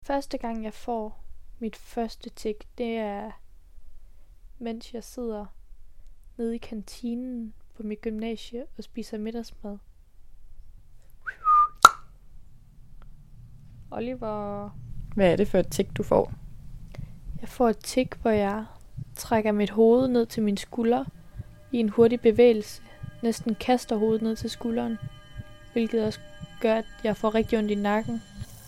Første gang jeg får mit første tik, det er, mens jeg sidder nede i kantinen på mit gymnasie og spiser middagsmad. Oliver. Hvad er det for et tik, du får? Jeg får et tik, hvor jeg trækker mit hoved ned til min skulder i en hurtig bevægelse. Næsten kaster hovedet ned til skulderen, hvilket også gør, at jeg får rigtig ondt i nakken.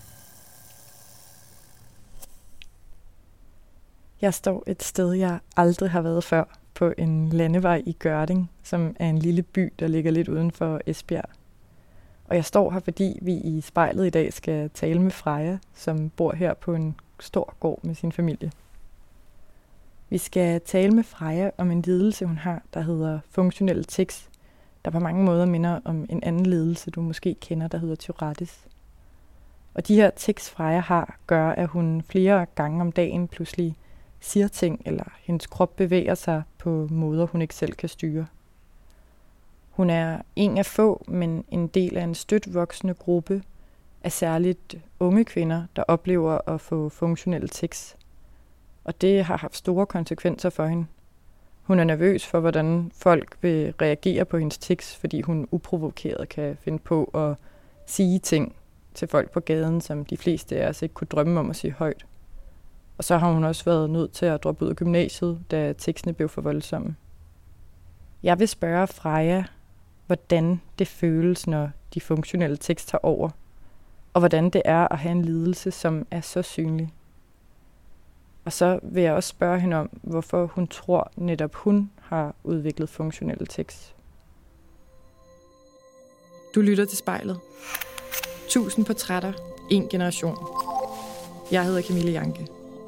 Jeg står et sted, jeg aldrig har været før, på en landevej i Gørding, som er en lille by, der ligger lidt uden for Esbjerg. Og jeg står her, fordi vi i spejlet i dag skal tale med Freja, som bor her på en stor gård med sin familie. Vi skal tale med Freja om en lidelse, hun har, der hedder funktionelle tics, der på mange måder minder om en anden lidelse, du måske kender, der hedder Tourettes. Og de her tics, Freja har, gør, at hun flere gange om dagen pludselig siger ting, eller hendes krop bevæger sig på måder, hun ikke selv kan styre. Hun er en af få, men en del af en støt voksende gruppe af særligt unge kvinder, der oplever at få funktionelle tics. Og det har haft store konsekvenser for hende. Hun er nervøs for, hvordan folk vil reagere på hendes tics, fordi hun uprovokeret kan finde på at sige ting til folk på gaden, som de fleste af os ikke kunne drømme om at sige højt. Og så har hun også været nødt til at droppe ud af gymnasiet, da ticsene blev for voldsomme. Jeg vil spørge Freja, hvordan det føles, når de funktionelle tics tager over, og hvordan det er at have en lidelse, som er så synlig. Og så vil jeg også spørge hende om, hvorfor hun tror, netop hun har udviklet funktionelle tics. Du lytter til Spejlet. 1000 portrætter, en generation. Jeg hedder Camille Janke.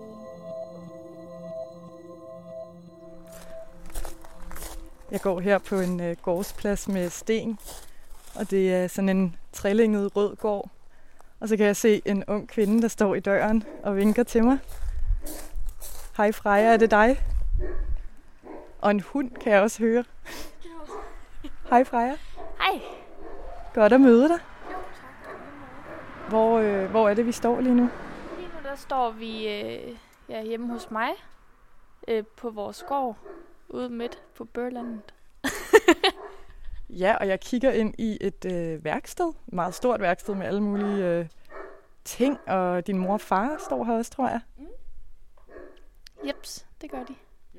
Jeg går her på en gårdsplads med sten, og det er sådan en trelænget rød gård. Og så kan jeg se en ung kvinde, der står i døren og vinker til mig. Hej Freja, er det dig? Og en hund kan jeg også høre. Hej Freja. Hej. Godt at møde dig. Jo, tak. Hvor er det, vi står lige nu? Lige nu der står vi hjemme hos mig på vores gård ude midt på Børlandet. Ja, og jeg kigger ind i et værksted. Et meget stort værksted med alle mulige ting. Og din mor og far står her også, tror jeg. Jeps, det gør de.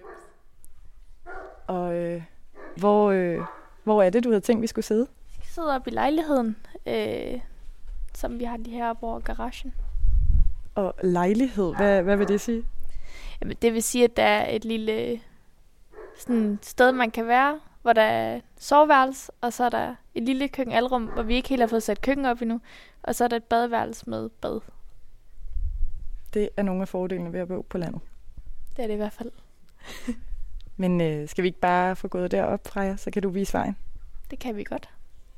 Og hvor er det, du havde tænkt, vi skulle sidde? Vi skal sidde oppe i lejligheden, som vi har lige her over garagen. Og lejlighed, hvad vil det sige? Jamen, det vil sige, at der er et lille sådan sted, man kan være, hvor der er soveværelse, og så er der et lille køkkenalrum, hvor vi ikke helt har fået sat køkken op endnu, og så er der et badeværelse med bad. Det er nogle af fordelene ved at bo på landet. Det er det i hvert fald. Men skal vi ikke bare få gået derop, Freja, så kan du vise vejen? Det kan vi godt.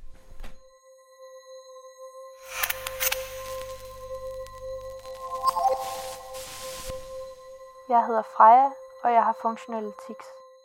Jeg hedder Freja, og jeg har funktionelle tics.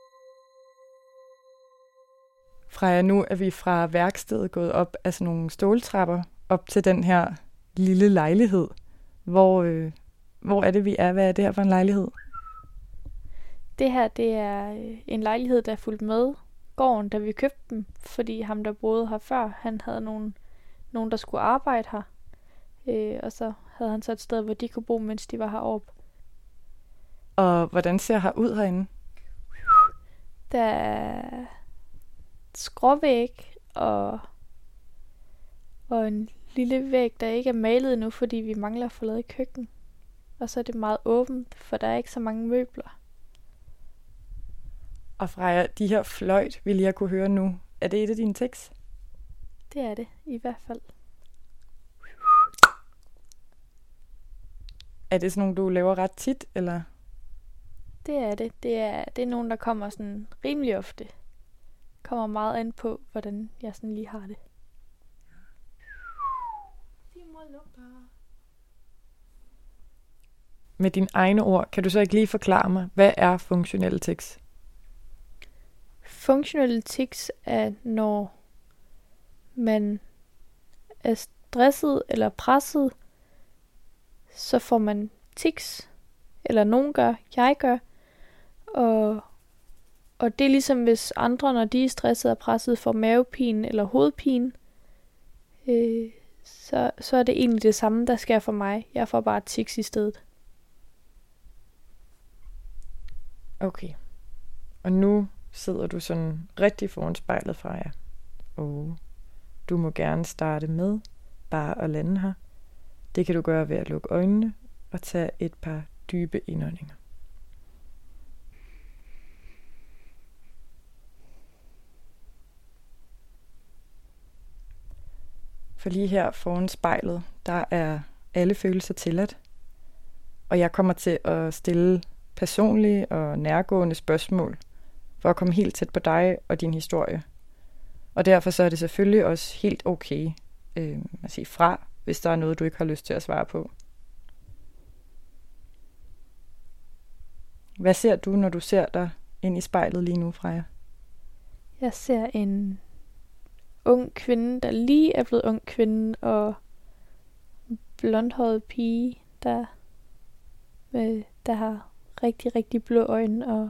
Freja, nu er vi fra værkstedet gået op af sådan nogle ståltrapper op til den her lille lejlighed. Hvor er det, vi er? Hvad er det her for en lejlighed? Det her, det er en lejlighed, der er fulgt med gården, da vi købte den, fordi ham, der boede her før, han havde nogen der skulle arbejde her. Og så havde han så et sted, hvor de kunne bo, mens de var heroppe. Og hvordan ser her ud herinde? Der er skråvæg og en lille væg, der ikke er malet endnu, fordi vi mangler at få lavet køkken. Og så er det meget åbent, for der er ikke så mange møbler. Og Freja, de her fløjt, vi lige har kunne høre nu, er det et af dine tics? Det er det, i hvert fald. Er det sådan nogle, du laver ret tit, eller? Det er det. Det er nogen, der kommer sådan rimelig ofte. Kommer meget an på, hvordan jeg sådan lige har det. Med dine egne ord, kan du så ikke lige forklare mig, hvad er funktionelle tics? Funktionelle tics er, når man er stresset eller presset, så får man tics, eller nogen gør, jeg gør, og det er ligesom hvis andre, når de er stressede og presset, får mavepine eller hovedpine, så er det egentlig det samme, der sker for mig. Jeg får bare tics i stedet. Okay. Og nu sidder du sådan rigtig foran spejlet, Freja. Og du må gerne starte med bare at lande her. Det kan du gøre ved at lukke øjnene og tage et par dybe indåndinger. For lige her foran spejlet, der er alle følelser tilladt. Og jeg kommer til at stille personlige og nærgående spørgsmål, for at komme helt tæt på dig og din historie. Og derfor så er det selvfølgelig også helt okay at sige fra, hvis der er noget, du ikke har lyst til at svare på. Hvad ser du, når du ser dig ind i spejlet lige nu, Freja? Jeg ser en ung kvinde, der lige er blevet ung kvinde, og en blondhåret pige, der har rigtig, rigtig blå øjne,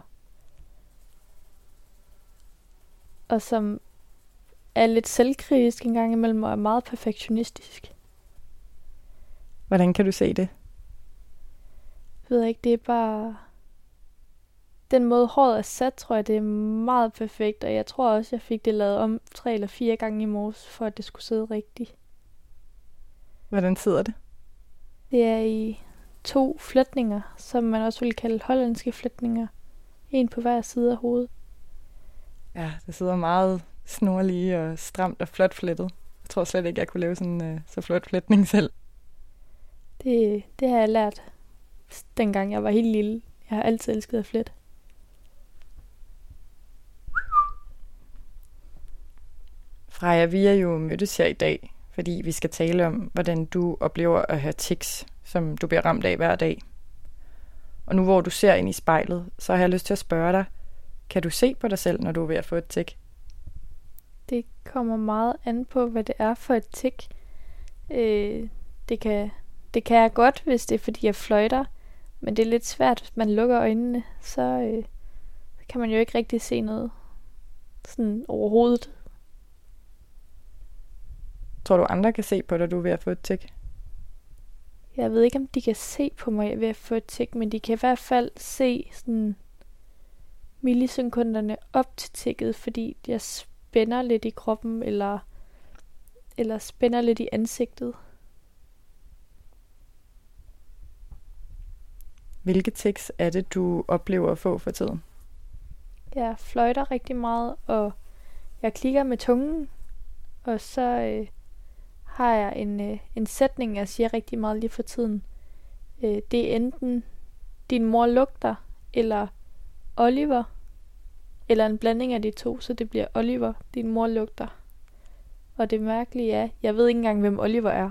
og som er lidt selvkritisk en gang imellem, og er meget perfektionistisk. Hvordan kan du se det? Jeg ved ikke, det er bare den måde håret er sat, tror jeg, det er meget perfekt, og jeg tror også, jeg fik det lavet om 3 eller 4 gange i morges, for at det skulle sidde rigtigt. Hvordan sidder det? Det er i 2 fletninger, som man også vil kalde hollandske fletninger. En på hver side af hovedet. Ja, det sidder meget snorlige og stramt og flot flettet. Jeg tror slet ikke, jeg kunne lave sådan så flot fletning selv. Det har jeg lært, dengang jeg var helt lille. Jeg har altid elsket at flette. Freja, vi er jo mødtes her i dag, fordi vi skal tale om, hvordan du oplever at have tics, som du bliver ramt af hver dag. Og nu hvor du ser ind i spejlet, så har jeg lyst til at spørge dig, kan du se på dig selv, når du er ved at få et tic? Det kommer meget an på, hvad det er for et tic. Det kan jeg godt, hvis det er, fordi jeg fløjter. Men det er lidt svært, hvis man lukker øjnene. Så kan man jo ikke rigtig se noget sådan overhovedet. Tror du, andre kan se på dig, du er ved at få et tic? Jeg ved ikke, om de kan se på mig ved at få et tic, men de kan i hvert fald se sådan millisekunderne op til ticket, fordi jeg spænder lidt i kroppen, eller spænder lidt i ansigtet. Hvilke tics er det, du oplever at få for tiden? Jeg fløjter rigtig meget, og jeg klikker med tungen, og så har jeg en sætning, jeg siger rigtig meget lige for tiden. Det er enten din mor lugter, eller Oliver, eller en blanding af de to, så det bliver Oliver, din mor lugter. Og det mærkelige er, jeg ved ikke engang, hvem Oliver er.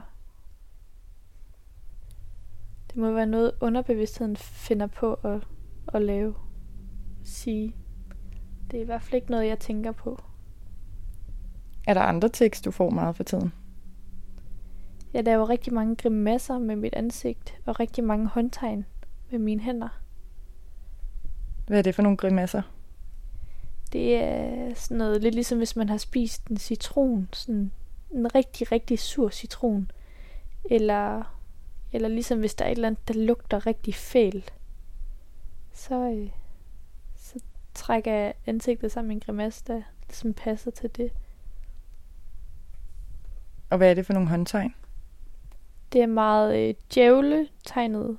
Det må være noget, underbevidstheden finder på at lave. Sige. Det er i hvert fald ikke noget, jeg tænker på. Er der andre tics, du får meget for tiden? Jeg laver rigtig mange grimasser med mit ansigt, og rigtig mange håndtegn med mine hænder. Hvad er det for nogle grimasser? Det er sådan noget, lidt ligesom hvis man har spist en citron, sådan en rigtig, rigtig sur citron. Eller ligesom hvis der er et eller andet, der lugter rigtig fælt. Så trækker jeg ansigtet sammen med en grimasse, der ligesom passer til det. Og hvad er det for nogle håndtegn? Det er meget djævle-tegnet,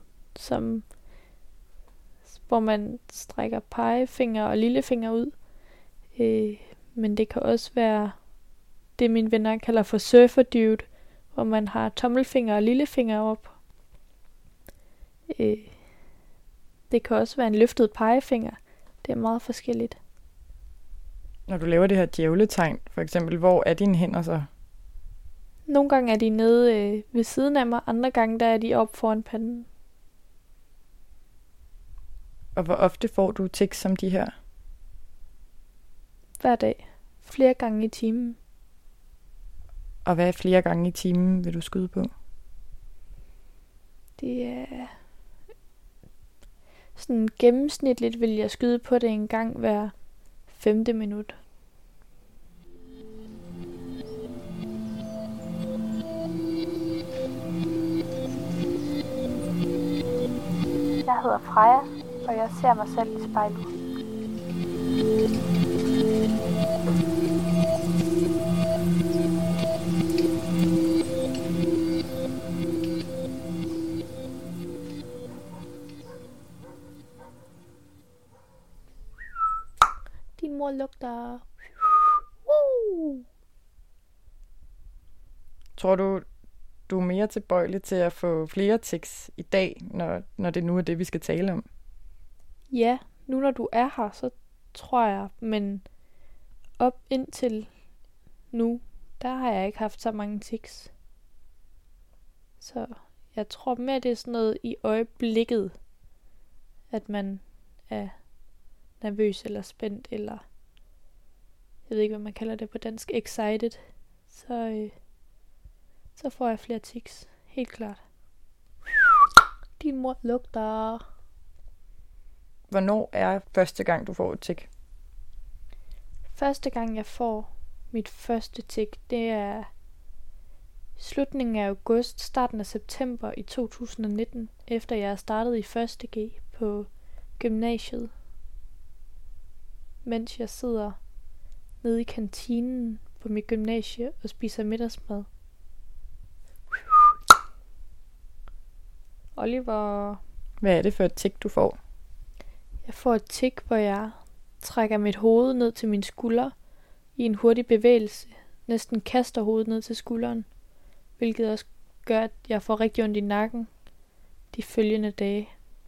hvor man strækker pegefinger og lillefinger ud. Men det kan også være det, mine venner kalder for surfer dude, hvor man har tommelfinger og lillefinger op. Det kan også være en løftet pegefinger. Det er meget forskelligt. Når du laver det her djævletegn, for eksempel, hvor er dine hænder så? Nogle gange er de nede ved siden af mig, andre gange der er de op foran panden. Og hvor ofte får du tics som de her? Hver dag. Flere gange i timen. Og hvad flere gange i timen vil du skyde på? Det er sådan gennemsnitligt vil jeg skyde på det en gang hver 5. minut. Jeg hedder Freja, og jeg ser mig selv i spejlet. Din mor lugter. Woo! Tror du er mere tilbøjelig til at få flere tics i dag, når det nu er det, vi skal tale om? Ja, nu når du er her, så tror jeg, men op indtil nu, der har jeg ikke haft så mange tics. Så jeg tror mere, det er sådan noget i øjeblikket, at man er nervøs eller spændt, eller jeg ved ikke, hvad man kalder det på dansk, excited. Så får jeg flere tics. Helt klart. Din mor lugter. Hvornår er første gang, du får et tic? Første gang, jeg får mit første tic, det er slutningen af august, starten af september i 2019, efter jeg er startet i 1. G på gymnasiet. Mens jeg sidder nede i kantinen på mit gymnasie og spiser middagsmad. Oliver. Hvad er det for et tic, du får? Jeg får et tic, hvor jeg trækker mit hoved ned til min skulder i en hurtig bevægelse. Næsten kaster hovedet ned til skulderen. Hvilket også gør, at jeg får rigtig ondt i nakken de følgende dage.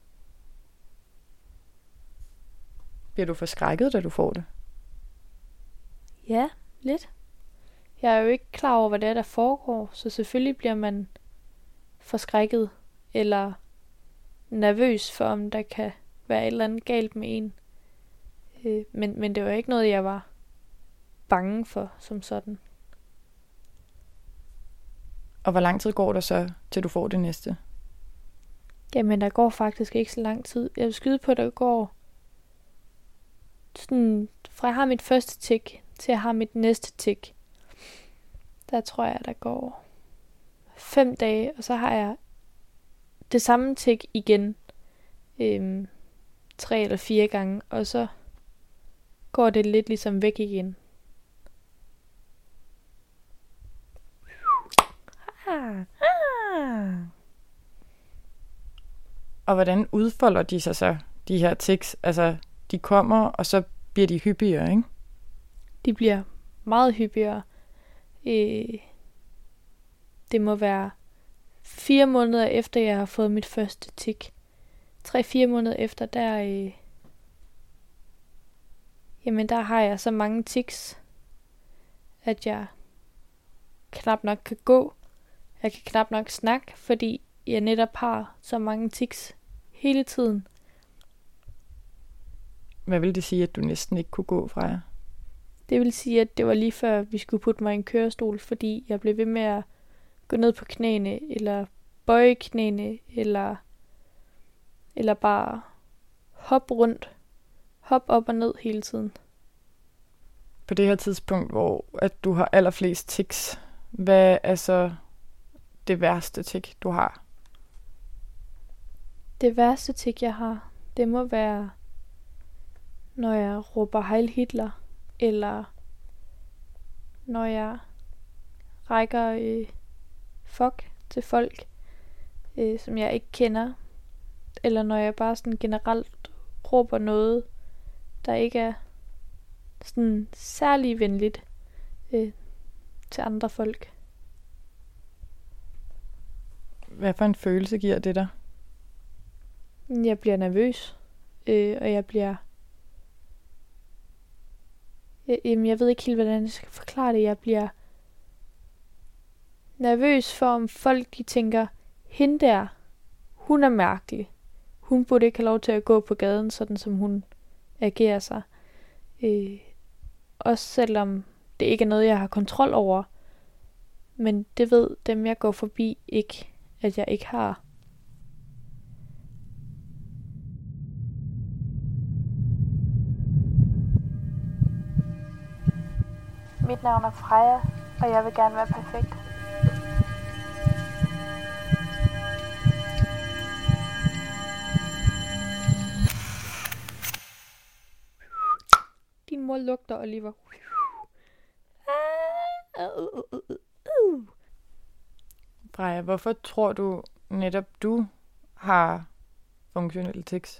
Bliver du forskrækket, da du får det? Ja, lidt. Jeg er jo ikke klar over, hvad det er, der foregår, så selvfølgelig bliver man forskrækket eller nervøs for, om der kan være et eller andet galt med en. Men det var ikke noget, jeg var bange for som sådan. Og hvor lang tid går der så, til du får det næste? Jamen, der går faktisk ikke så lang tid. Jeg vil skyde på, at der går sådan, fra jeg har mit første tic, til jeg har mit næste tic. Der tror jeg, der går 5 dage, og så har jeg det samme tic igen 3 eller 4 gange, og så går det lidt ligesom væk igen. Og hvordan udfolder de sig så, de her tics? Altså, de kommer, og så bliver de hyppigere, ikke? De bliver meget hyppigere. Det må være 4 måneder efter, jeg har fået mit første tic. 3-4 måneder efter, der har jeg så mange tics, at jeg knap nok kan gå. Jeg kan knap nok snakke, fordi jeg netop har så mange tics hele tiden. Hvad vil det sige, at du næsten ikke kunne gå fra jer? Det vil sige, at det var lige før, vi skulle putte mig i en kørestol, fordi jeg blev ved med at gå ned på knæene, eller bøje knæene, eller bare hoppe rundt. Hoppe op og ned hele tiden. På det her tidspunkt, hvor at du har allerflest tics, hvad er så det værste tic, du har? Det værste tic, jeg har, det må være, når jeg råber Heil Hitler, eller når jeg rækker fuck til folk, som jeg ikke kender, eller når jeg bare sådan generelt råber noget, der ikke er sådan særlig venligt til andre folk. Hvad for en følelse giver det dig? Jeg bliver nervøs, og jeg bliver... Jeg ved ikke helt, hvordan jeg skal forklare det. Jeg bliver nervøs for, om folk de tænker, hende der, hun er mærkelig. Hun burde ikke have lov til at gå på gaden, sådan som hun agerer sig. Også selvom det ikke er noget, jeg har kontrol over. Men det ved dem, jeg går forbi, ikke, at jeg ikke har. Mit navn er Freja, og jeg vil gerne være perfekt. Din mor lugter, Oliver. Freja, hvorfor tror du netop du har funktionelle tics?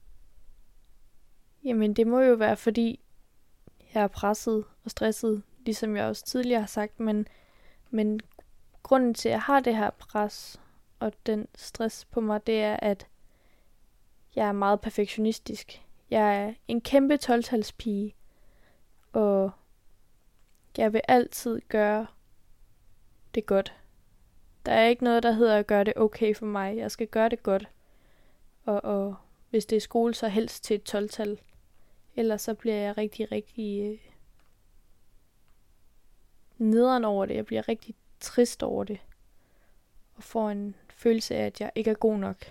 Jamen, det må jo være, fordi jeg er presset og stresset, ligesom jeg også tidligere har sagt, men grunden til, at jeg har det her pres og den stress på mig, det er, at jeg er meget perfektionistisk. Jeg er en kæmpe 12-talspige, og jeg vil altid gøre det godt. Der er ikke noget, der hedder at gøre det okay for mig. Jeg skal gøre det godt. Og hvis det er skole, så helst til et 12-tal. Ellers så bliver jeg rigtig, rigtig nederen over det. Jeg bliver rigtig trist over det. Og får en følelse af, at jeg ikke er god nok.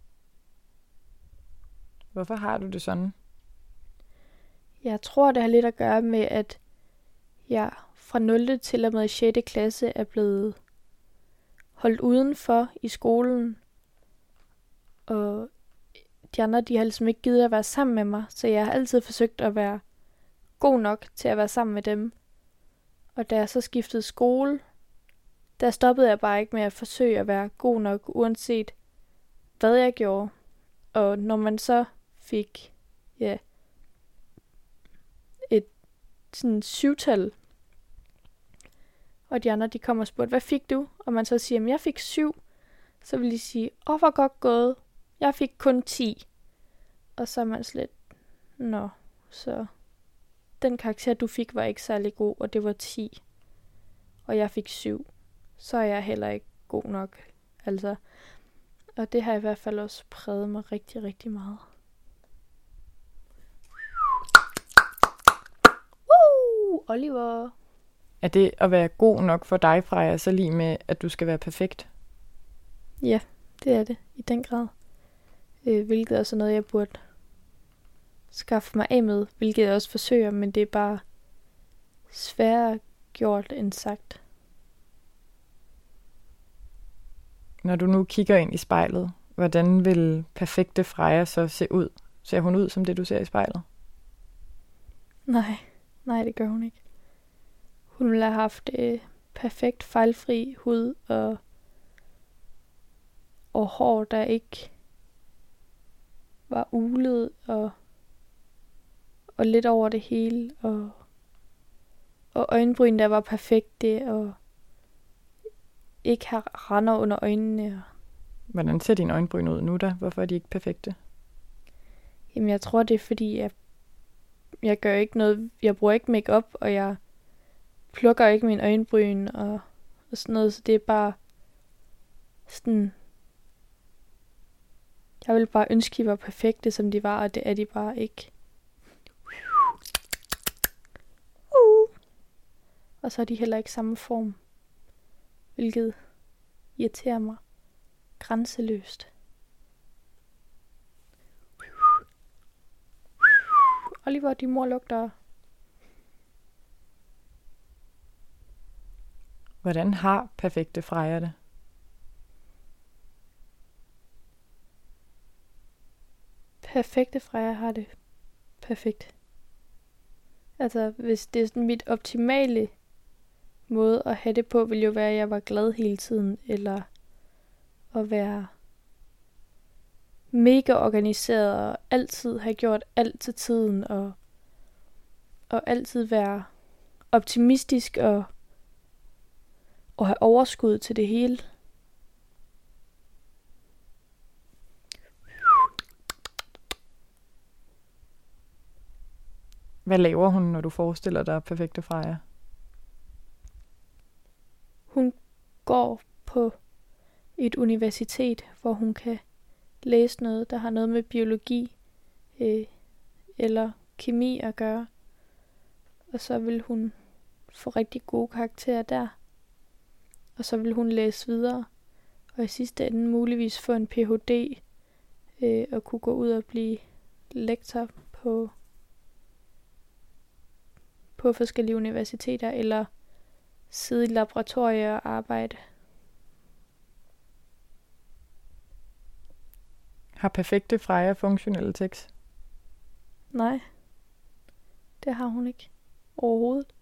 Hvorfor har du det sådan? Jeg tror, det har lidt at gøre med, at jeg fra 0. til og med 6. klasse er blevet holdt udenfor i skolen. Og de andre, de har ligesom ikke givet at være sammen med mig. Så jeg har altid forsøgt at være god nok til at være sammen med dem. Og da jeg så skiftede skole, der stoppede jeg bare ikke med at forsøge at være god nok, uanset hvad jeg gjorde. Og når man så fik et sådan 7-tal, og de andre, de kom og spurgte, hvad fik du? Og man så siger, at jeg fik 7, så vil de sige, hvor godt gået. Jeg fik kun 10. Og så er man slet, så den karakter, du fik, var ikke særlig god, og det var 10. Og jeg fik 7. Så er jeg heller ikke god nok. Altså, og det har i hvert fald også præget mig rigtig, rigtig meget. Oliver. Er det at være god nok for dig, Freja, så lige med, at du skal være perfekt? Ja, det er det. I den grad. Hvilket er også noget, jeg burde skaffe mig af med. Hvilket jeg også forsøger, men det er bare sværere gjort end sagt. Når du nu kigger ind i spejlet, hvordan vil perfekte Freja så se ud? Ser hun ud som det, du ser i spejlet? Nej, det gør hun ikke. Hun ville have haft perfekt fejlfri hud og hår, der ikke var ulet og lidt over det hele. Og øjenbryn, der var perfekte og ikke har render under øjnene. Hvordan ser dine øjenbryn ud nu da? Hvorfor er de ikke perfekte? Jamen, jeg tror, det er fordi, jeg gør ikke noget. Jeg bruger ikke makeup, og jeg plukker ikke min øjenbryn og sådan noget. Så det er bare sådan. Jeg ville bare ønske, de var perfekte, som de var, og det er de bare ikke. Og så er de heller ikke samme form, hvilket irriterer mig grænseløst. Oliver, din mor lugter. Hvordan har perfekte Freja det? Perfekte Freja har det perfekt. Altså, hvis det er sådan mit optimale måde at have det på, ville jo være, at jeg var glad hele tiden, eller at være mega organiseret, og altid have gjort alt til tiden, og altid være optimistisk, og have overskud til det hele. Hvad laver hun, når du forestiller dig perfekte Freja? Hun går på et universitet, hvor hun kan læse noget, der har noget med biologi eller kemi at gøre. Og så vil hun få rigtig gode karakterer der. Og så vil hun læse videre. Og i sidste ende muligvis få en Ph.D. Og kunne gå ud og blive lektor på på forskellige universiteter, eller sidde i laboratorier og arbejde. Har perfekte Freja funktionelle tics? Nej, det har hun ikke overhovedet.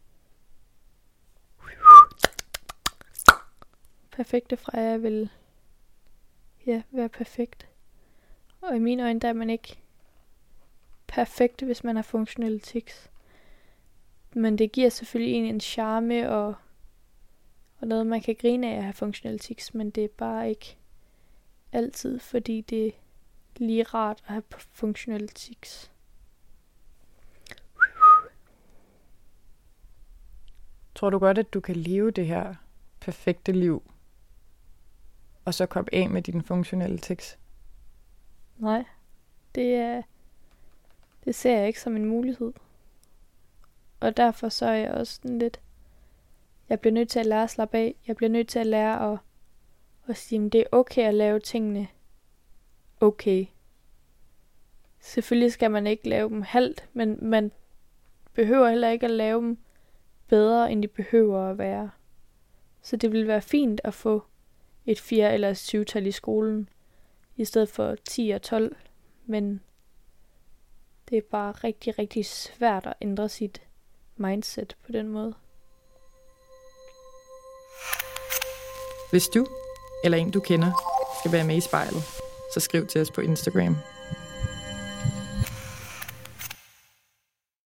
Perfekte Freja vil være perfekt. Og i mine øjne, der er man ikke perfekt, hvis man har funktionelle tics. Men det giver selvfølgelig en charme og noget, man kan grine af at have funktionelle tics, men det er bare ikke altid, fordi det er lige rart at have funktionelle tics. Tror du godt, at du kan leve det her perfekte liv, og så komme af med dine funktionelle tics? Nej, det ser jeg ikke som en mulighed. Og derfor så er jeg også sådan lidt, jeg bliver nødt til at lære at slappe af. Jeg bliver nødt til at lære at sige, at det er okay at lave tingene okay. Selvfølgelig skal man ikke lave dem halvt, men man behøver heller ikke at lave dem bedre, end de behøver at være. Så det vil være fint at få et 4 eller et 7-tal i skolen, i stedet for 10 og 12. Men det er bare rigtig, rigtig svært at ændre sit mindset på den måde. Hvis du eller en du kender skal være med i spejlet, så skriv til os på Instagram.